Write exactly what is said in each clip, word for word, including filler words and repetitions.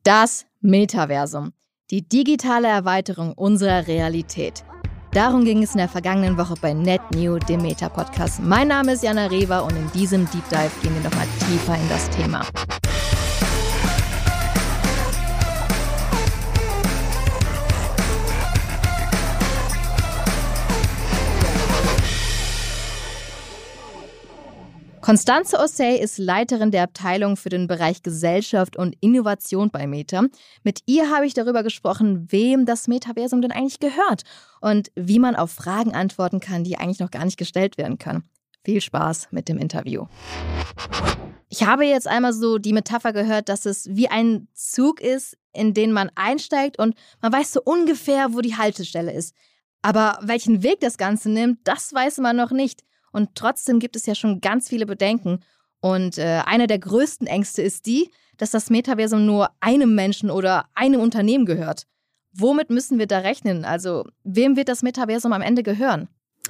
Das Metaversum, die digitale Erweiterung unserer Realität. Darum ging es in der vergangenen Woche bei NetNew, dem Meta-Podcast. Mein Name ist Jana Rewa und in diesem Deep Dive gehen wir nochmal tiefer in das Thema. Constanze Ossey ist Leiterin der Abteilung für den Bereich Gesellschaft und Innovation bei Meta. Mit ihr habe ich darüber gesprochen, wem das Metaversum denn eigentlich gehört und wie man auf Fragen antworten kann, die eigentlich noch gar nicht gestellt werden können. Viel Spaß mit dem Interview. Ich habe jetzt einmal so die Metapher gehört, dass es wie ein Zug ist, in den man einsteigt und man weiß so ungefähr, wo die Haltestelle ist. Aber welchen Weg das Ganze nimmt, das weiß man noch nicht. Und trotzdem gibt es ja schon ganz viele Bedenken. Und äh, eine der größten Ängste ist die, dass das Metaversum nur einem Menschen oder einem Unternehmen gehört. Womit müssen wir da rechnen? Also, wem wird das Metaversum am Ende gehören?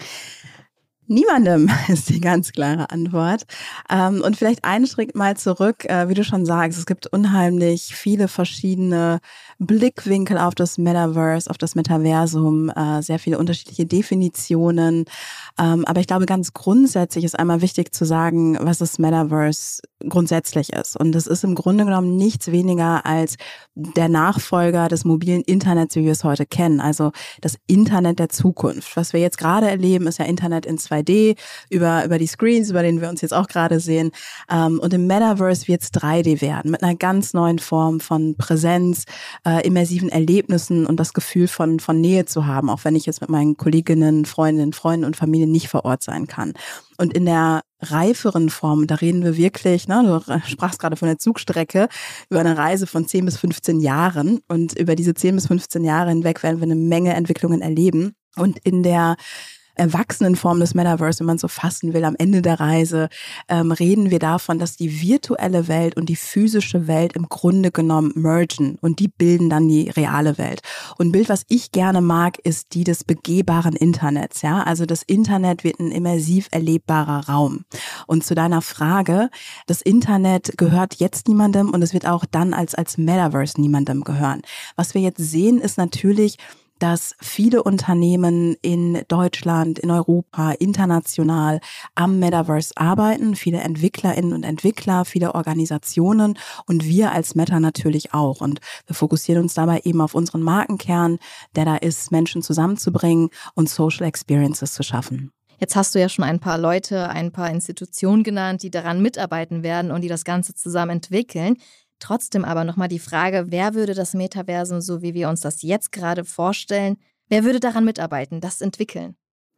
Niemandem ist die ganz klare Antwort. Und vielleicht einen Schritt mal zurück, wie du schon sagst, es gibt unheimlich viele verschiedene Blickwinkel auf das Metaverse, auf das Metaversum, sehr viele unterschiedliche Definitionen. Aber ich glaube, ganz grundsätzlich ist einmal wichtig zu sagen, was das Metaverse grundsätzlich ist. Und das ist im Grunde genommen nichts weniger als der Nachfolger des mobilen Internets, wie wir es heute kennen. Also das Internet der Zukunft. Was wir jetzt gerade erleben, ist ja Internet in zwei D, über, über die Screens, über denen wir uns jetzt auch gerade sehen. Und im Metaverse wird es drei D werden, mit einer ganz neuen Form von Präsenz, äh, immersiven Erlebnissen und das Gefühl von, von Nähe zu haben, auch wenn ich jetzt mit meinen Kolleginnen, Freundinnen, Freunden und Familien nicht vor Ort sein kann. Und in der reiferen Form, da reden wir wirklich, ne, du sprachst gerade von der Zugstrecke, über eine Reise von zehn bis fünfzehn Jahren. Und über diese zehn bis fünfzehn Jahre hinweg werden wir eine Menge Entwicklungen erleben. Und in der Erwachsenenform des Metaverse, wenn man so fassen will, am Ende der Reise, ähm, reden wir davon, dass die virtuelle Welt und die physische Welt im Grunde genommen mergen und die bilden dann die reale Welt. Und ein Bild, was ich gerne mag, ist die des begehbaren Internets. Ja, also das Internet wird ein immersiv erlebbarer Raum. Und zu deiner Frage, das Internet gehört jetzt niemandem und es wird auch dann als als Metaverse niemandem gehören. Was wir jetzt sehen, ist natürlich, dass viele Unternehmen in Deutschland, in Europa, international am Metaverse arbeiten, viele Entwicklerinnen und Entwickler, viele Organisationen und wir als Meta natürlich auch. Und wir fokussieren uns dabei eben auf unseren Markenkern, der da ist, Menschen zusammenzubringen und Social Experiences zu schaffen. Jetzt hast du ja schon ein paar Leute, ein paar Institutionen genannt, die daran mitarbeiten werden und die das Ganze zusammen entwickeln. Trotzdem aber nochmal die Frage, wer würde das Metaversum, so wie wir uns das jetzt gerade vorstellen, wer würde daran mitarbeiten, das entwickeln?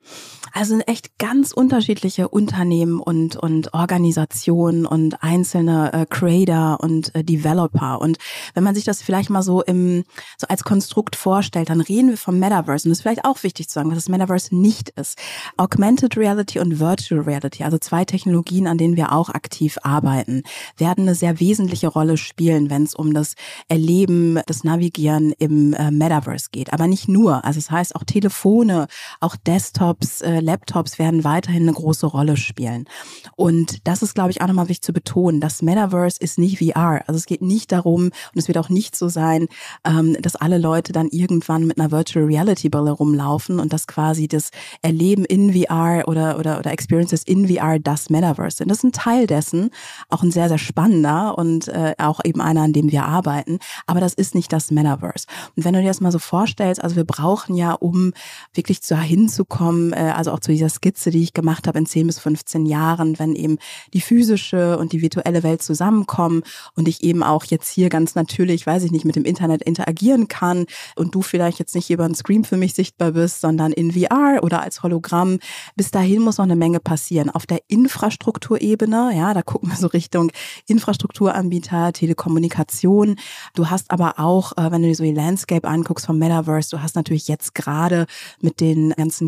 Also echt ganz unterschiedliche Unternehmen und und Organisationen und einzelne äh, Creator und äh, Developer. Und wenn man sich das vielleicht mal so im so als Konstrukt vorstellt, dann reden wir vom Metaverse. Und das ist vielleicht auch wichtig zu sagen, was das Metaverse nicht ist. Augmented Reality und Virtual Reality, also zwei Technologien, an denen wir auch aktiv arbeiten, werden eine sehr wesentliche Rolle spielen, wenn es um das Erleben, das Navigieren im äh, Metaverse geht. Aber nicht nur. Also das heißt, auch Telefone, auch Desktops, äh, Laptops werden weiterhin eine große Rolle spielen. Und das ist, glaube ich, auch nochmal wichtig zu betonen. Das Metaverse ist nicht V R. Also es geht nicht darum, und es wird auch nicht so sein, ähm, dass alle Leute dann irgendwann mit einer Virtual Reality Brille rumlaufen und dass quasi das Erleben in V R oder, oder, oder Experiences in V R das Metaverse sind. Das ist ein Teil dessen, auch ein sehr, sehr spannender und äh, auch eben einer, an dem wir arbeiten. Aber das ist nicht das Metaverse. Und wenn du dir das mal so vorstellst, also wir brauchen ja, um wirklich dahin zu kommen, also auch zu dieser Skizze, die ich gemacht habe in zehn bis fünfzehn Jahren, wenn eben die physische und die virtuelle Welt zusammenkommen und ich eben auch jetzt hier ganz natürlich, weiß ich nicht, mit dem Internet interagieren kann und du vielleicht jetzt nicht über einen Screen für mich sichtbar bist, sondern in V R oder als Hologramm. Bis dahin muss noch eine Menge passieren. Auf der Infrastrukturebene, ja, da gucken wir so Richtung Infrastrukturanbieter, Telekommunikation. Du hast aber auch, wenn du dir so die Landscape anguckst vom Metaverse, du hast natürlich jetzt gerade mit den ganzen Games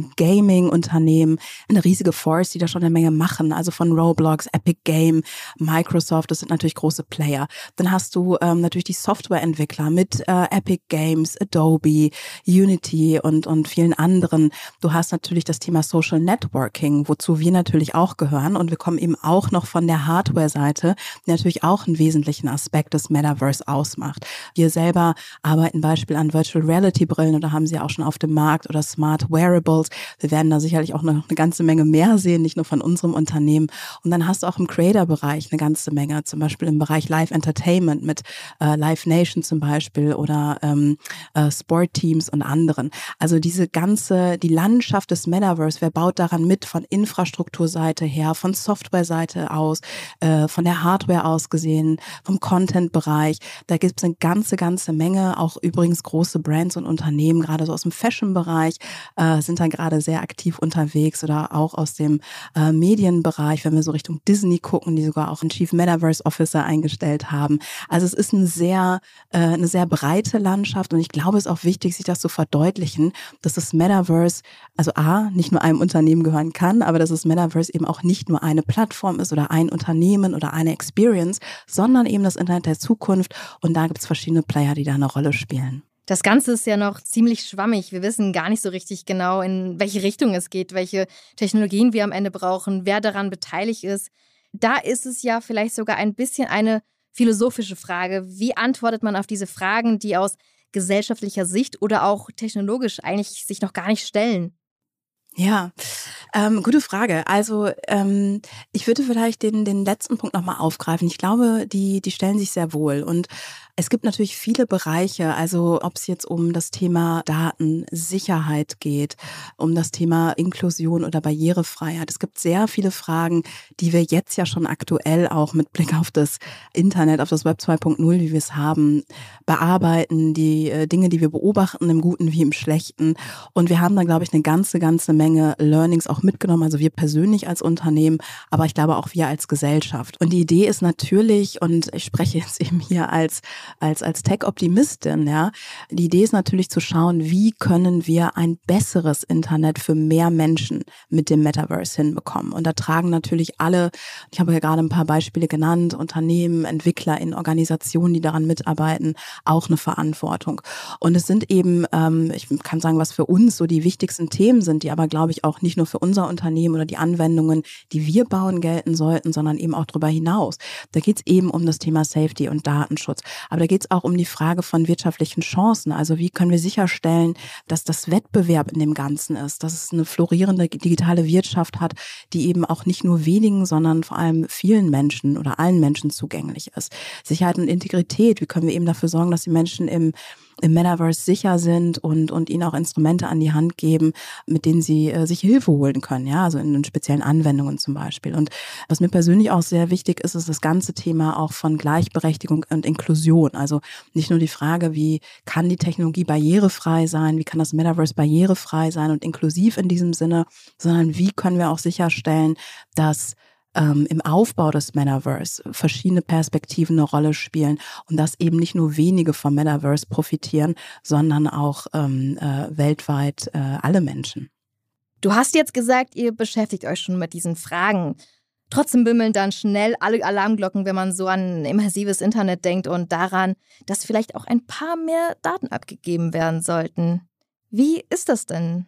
Gaming-Unternehmen, eine riesige Force, die da schon eine Menge machen, also von Roblox, Epic Game, Microsoft, das sind natürlich große Player. Dann hast du ähm, natürlich die Softwareentwickler mit äh, Epic Games, Adobe, Unity und, und vielen anderen. Du hast natürlich das Thema Social Networking, wozu wir natürlich auch gehören, und wir kommen eben auch noch von der Hardware-Seite, die natürlich auch einen wesentlichen Aspekt des Metaverse ausmacht. Wir selber arbeiten Beispiel an Virtual Reality Brillen oder haben sie auch schon auf dem Markt oder Smart Wearables. Wir werden da sicherlich auch noch eine ganze Menge mehr sehen, nicht nur von unserem Unternehmen. Und dann hast du auch im Creator-Bereich eine ganze Menge, zum Beispiel im Bereich Live Entertainment mit äh, Live Nation zum Beispiel oder ähm, äh, Sportteams und anderen. Also diese ganze, die Landschaft des Metaverse, wer baut daran mit, von Infrastrukturseite her, von Softwareseite aus, äh, von der Hardware aus gesehen, vom Content-Bereich. Da gibt es eine ganze, ganze Menge, auch übrigens große Brands und Unternehmen, gerade so aus dem Fashion-Bereich, äh, sind da gerade sehr aktiv unterwegs oder auch aus dem äh, Medienbereich, wenn wir so Richtung Disney gucken, die sogar auch einen Chief Metaverse Officer eingestellt haben. Also es ist ein sehr, äh, eine sehr breite Landschaft, und ich glaube, es ist auch wichtig, sich das zu verdeutlichen, dass das Metaverse, also A, nicht nur einem Unternehmen gehören kann, aber dass das Metaverse eben auch nicht nur eine Plattform ist oder ein Unternehmen oder eine Experience, sondern eben das Internet der Zukunft, und da gibt es verschiedene Player, die da eine Rolle spielen. Das Ganze ist ja noch ziemlich schwammig. Wir wissen gar nicht so richtig genau, in welche Richtung es geht, welche Technologien wir am Ende brauchen, wer daran beteiligt ist. Da ist es ja vielleicht sogar ein bisschen eine philosophische Frage. Wie antwortet man auf diese Fragen, die aus gesellschaftlicher Sicht oder auch technologisch eigentlich sich noch gar nicht stellen? Ja, ähm, gute Frage. Also ähm, ich würde vielleicht den, den letzten Punkt nochmal aufgreifen. Ich glaube, die, die stellen sich sehr wohl. Und es gibt natürlich viele Bereiche, also ob es jetzt um das Thema Datensicherheit geht, um das Thema Inklusion oder Barrierefreiheit. Es gibt sehr viele Fragen, die wir jetzt ja schon aktuell auch mit Blick auf das Internet, auf das Web zwei Punkt null, wie wir es haben, bearbeiten, die äh, Dinge, die wir beobachten, im Guten wie im Schlechten. Und wir haben da, glaube ich, eine ganze, ganze Menge Learnings auch mitgenommen, also wir persönlich als Unternehmen, aber ich glaube auch wir als Gesellschaft. Und die Idee ist natürlich, und ich spreche jetzt eben hier als als als Tech-Optimistin, ja, die Idee ist natürlich zu schauen, wie können wir ein besseres Internet für mehr Menschen mit dem Metaverse hinbekommen. Und da tragen natürlich alle, ich habe ja gerade ein paar Beispiele genannt, Unternehmen, Entwickler in Organisationen, die daran mitarbeiten, auch eine Verantwortung. Und es sind eben, ähm, ich kann sagen, was für uns so die wichtigsten Themen sind, die aber, glaube ich, auch nicht nur für unser Unternehmen oder die Anwendungen, die wir bauen, gelten sollten, sondern eben auch darüber hinaus. Da geht es eben um das Thema Safety und Datenschutz. Aber da geht es auch um die Frage von wirtschaftlichen Chancen. Also wie können wir sicherstellen, dass das Wettbewerb in dem Ganzen ist, dass es eine florierende digitale Wirtschaft hat, die eben auch nicht nur wenigen, sondern vor allem vielen Menschen oder allen Menschen zugänglich ist. Sicherheit und Integrität, wie können wir eben dafür sorgen, dass die Menschen im im Metaverse sicher sind und und ihnen auch Instrumente an die Hand geben, mit denen sie äh, sich Hilfe holen können, ja, also in, in speziellen Anwendungen zum Beispiel. Und was mir persönlich auch sehr wichtig ist, ist das ganze Thema auch von Gleichberechtigung und Inklusion. Also nicht nur die Frage, wie kann die Technologie barrierefrei sein, wie kann das Metaverse barrierefrei sein und inklusiv in diesem Sinne, sondern wie können wir auch sicherstellen, dass Ähm, im Aufbau des Metaverse verschiedene Perspektiven eine Rolle spielen und dass eben nicht nur wenige vom Metaverse profitieren, sondern auch ähm, äh, weltweit äh, alle Menschen. Du hast jetzt gesagt, ihr beschäftigt euch schon mit diesen Fragen. Trotzdem bimmeln dann schnell alle Alarmglocken, wenn man so an ein immersives Internet denkt und daran, dass vielleicht auch ein paar mehr Daten abgegeben werden sollten. Wie ist das denn?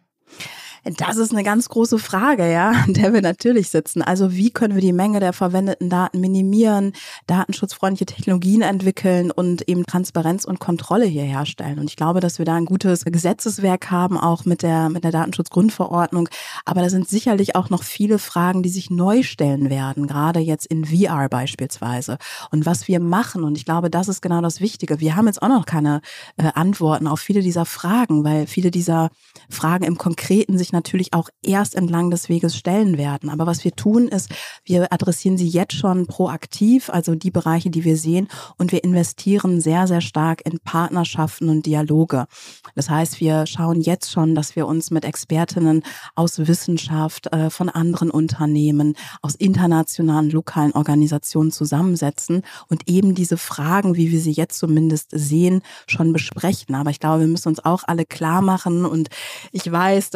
Das ist eine ganz große Frage, ja, an der wir natürlich sitzen. Also wie können wir die Menge der verwendeten Daten minimieren, datenschutzfreundliche Technologien entwickeln und eben Transparenz und Kontrolle hier herstellen? Und ich glaube, dass wir da ein gutes Gesetzeswerk haben, auch mit der mit der Datenschutzgrundverordnung. Aber da sind sicherlich auch noch viele Fragen, die sich neu stellen werden, gerade jetzt in V R beispielsweise. Und was wir machen, und ich glaube, das ist genau das Wichtige. Wir haben jetzt auch noch keine äh, Antworten auf viele dieser Fragen, weil viele dieser Fragen im Konkreten sich natürlich auch erst entlang des Weges stellen werden. Aber was wir tun ist, wir adressieren sie jetzt schon proaktiv, also die Bereiche, die wir sehen, und wir investieren sehr, sehr stark in Partnerschaften und Dialoge. Das heißt, wir schauen jetzt schon, dass wir uns mit Expertinnen aus Wissenschaft, äh, von anderen Unternehmen, aus internationalen, lokalen Organisationen zusammensetzen und eben diese Fragen, wie wir sie jetzt zumindest sehen, schon besprechen. Aber ich glaube, wir müssen uns auch alle klar machen, und ich weiß, das ist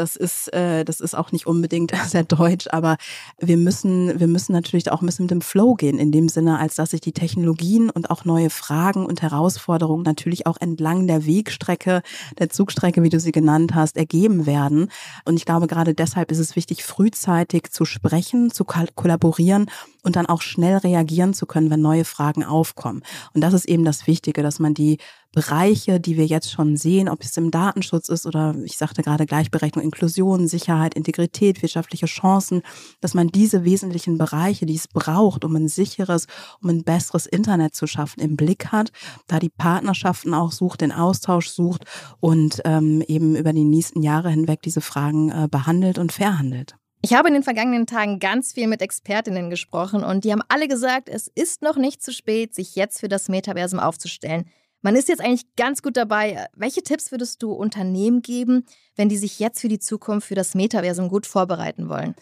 ist, äh, das ist auch nicht unbedingt sehr deutsch, aber wir müssen, wir müssen natürlich auch ein bisschen mit dem Flow gehen, in dem Sinne, als dass sich die Technologien und auch neue Fragen und Herausforderungen natürlich auch entlang der Wegstrecke, der Zugstrecke, wie du sie genannt hast, ergeben werden. Und ich glaube, gerade deshalb ist es wichtig, frühzeitig zu sprechen, zu kollaborieren und dann auch schnell reagieren zu können, wenn neue Fragen aufkommen. Und das ist eben das Wichtige, dass man die Bereiche, die wir jetzt schon sehen, ob es im Datenschutz ist oder ich sagte gerade Gleichberechtigung, Inklusion, Sicherheit, Integrität, wirtschaftliche Chancen, dass man diese wesentlichen Bereiche, die es braucht, um ein sicheres, um ein besseres Internet zu schaffen, im Blick hat, da die Partnerschaften auch sucht, den Austausch sucht und ähm, eben über die nächsten Jahre hinweg diese Fragen äh, behandelt und verhandelt. Ich habe in den vergangenen Tagen ganz viel mit Expertinnen gesprochen und die haben alle gesagt, es ist noch nicht zu spät, sich jetzt für das Metaversum aufzustellen. Man ist jetzt eigentlich ganz gut dabei. Welche Tipps würdest du Unternehmen geben, wenn die sich jetzt für die Zukunft, für das Metaversum gut vorbereiten wollen?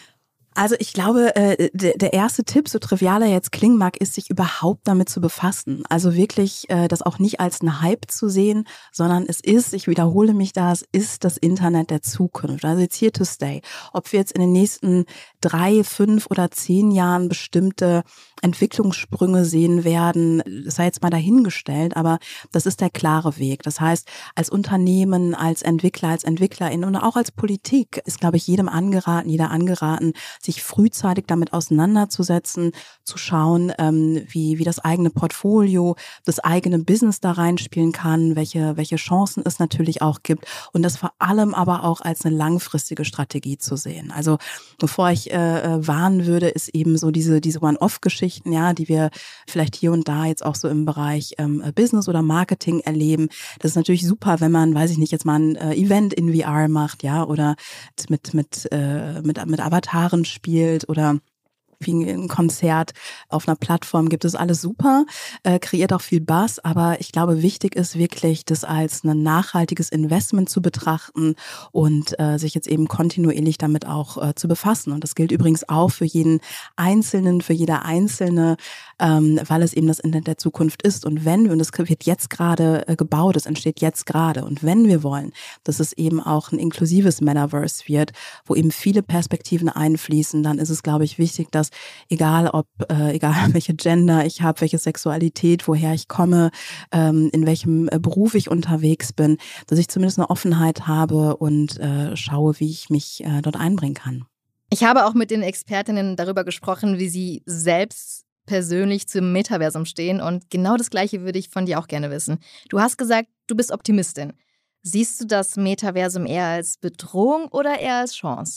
Also ich glaube, äh, der, der erste Tipp, so trivial er jetzt klingen mag, ist, sich überhaupt damit zu befassen. Also wirklich äh, das auch nicht als einen Hype zu sehen, sondern es ist, ich wiederhole mich da, es ist das Internet der Zukunft. Also it's here to stay. Ob wir jetzt in den nächsten drei, fünf oder zehn Jahren bestimmte Entwicklungssprünge sehen werden, das sei jetzt mal dahingestellt, aber das ist der klare Weg. Das heißt, als Unternehmen, als Entwickler, als Entwicklerin und auch als Politik ist, glaube ich, jedem angeraten, jeder angeraten, sich frühzeitig damit auseinanderzusetzen, zu schauen, ähm, wie, wie das eigene Portfolio, das eigene Business da reinspielen kann, welche, welche Chancen es natürlich auch gibt und das vor allem aber auch als eine langfristige Strategie zu sehen. Also bevor ich äh, warnen würde, ist eben so diese, diese One-Off-Geschichten, ja, die wir vielleicht hier und da jetzt auch so im Bereich ähm, Business oder Marketing erleben. Das ist natürlich super, wenn man, weiß ich nicht, jetzt mal ein äh, Event in V R macht, ja, oder mit, mit, äh, mit, mit Avataren spielt oder wie ein Konzert auf einer Plattform gibt es alles super, äh, kreiert auch viel Buzz, aber ich glaube, wichtig ist wirklich, das als ein nachhaltiges Investment zu betrachten und äh, sich jetzt eben kontinuierlich damit auch äh, zu befassen. Und das gilt übrigens auch für jeden Einzelnen, für jeder Einzelne, ähm, weil es eben das Internet der Zukunft ist. Und wenn wir, und das wird jetzt gerade äh, gebaut, es entsteht jetzt gerade, und wenn wir wollen, dass es eben auch ein inklusives Metaverse wird, wo eben viele Perspektiven einfließen, dann ist es, glaube ich, wichtig, dass egal ob, äh, egal welche Gender ich habe, welche Sexualität, woher ich komme, ähm, in welchem äh, Beruf ich unterwegs bin, dass ich zumindest eine Offenheit habe und äh, schaue, wie ich mich äh, dort einbringen kann. Ich habe auch mit den Expertinnen darüber gesprochen, wie sie selbst persönlich zum Metaversum stehen und genau das Gleiche würde ich von dir auch gerne wissen. Du hast gesagt, du bist Optimistin. Siehst du das Metaversum eher als Bedrohung oder eher als Chance?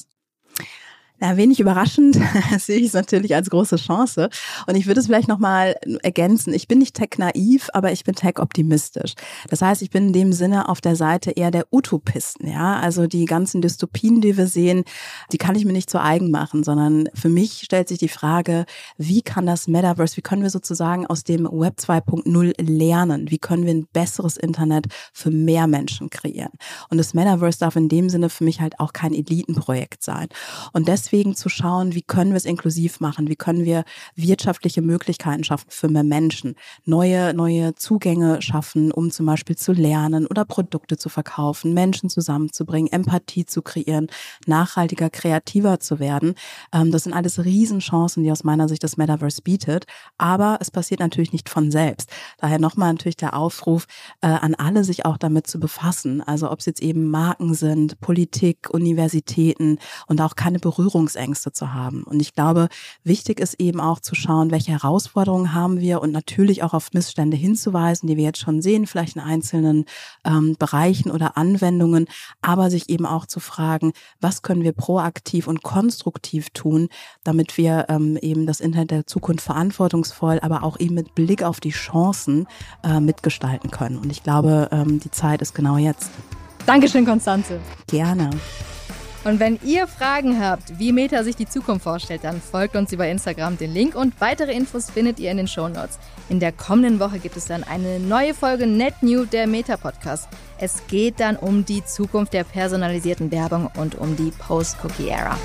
Ja, wenig überraschend sehe ich es natürlich als große Chance. Und ich würde es vielleicht nochmal ergänzen. Ich bin nicht tech-naiv, aber ich bin tech-optimistisch. Das heißt, ich bin in dem Sinne auf der Seite eher der Utopisten. Ja, also die ganzen Dystopien, die wir sehen, die kann ich mir nicht zu eigen machen, sondern für mich stellt sich die Frage, wie kann das Metaverse, wie können wir sozusagen aus dem Web zwei Punkt null lernen? Wie können wir ein besseres Internet für mehr Menschen kreieren? Und das Metaverse darf in dem Sinne für mich halt auch kein Elitenprojekt sein. Und deswegen Deswegen zu schauen, wie können wir es inklusiv machen, wie können wir wirtschaftliche Möglichkeiten schaffen für mehr Menschen, neue, neue Zugänge schaffen, um zum Beispiel zu lernen oder Produkte zu verkaufen, Menschen zusammenzubringen, Empathie zu kreieren, nachhaltiger, kreativer zu werden. Das sind alles Riesenchancen, die aus meiner Sicht das Metaverse bietet, aber es passiert natürlich nicht von selbst. Daher nochmal natürlich der Aufruf an alle, sich auch damit zu befassen, also ob es jetzt eben Marken sind, Politik, Universitäten und auch keine Berührung Ängste zu haben. Und ich glaube, wichtig ist eben auch zu schauen, welche Herausforderungen haben wir und natürlich auch auf Missstände hinzuweisen, die wir jetzt schon sehen, vielleicht in einzelnen ähm, Bereichen oder Anwendungen, aber sich eben auch zu fragen, was können wir proaktiv und konstruktiv tun, damit wir ähm, eben das Internet der Zukunft verantwortungsvoll, aber auch eben mit Blick auf die Chancen äh, mitgestalten können. Und ich glaube, ähm, die Zeit ist genau jetzt. Dankeschön, Constanze. Gerne. Und wenn ihr Fragen habt, wie Meta sich die Zukunft vorstellt, dann folgt uns über Instagram. Den Link und weitere Infos findet ihr in den Shownotes. In der kommenden Woche gibt es dann eine neue Folge Net New, der Meta-Podcast. Es geht dann um die Zukunft der personalisierten Werbung und um die Post-Cookie-Ära.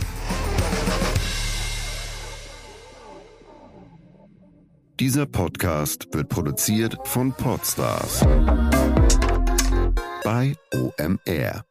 Dieser Podcast wird produziert von Podstars bei O M R.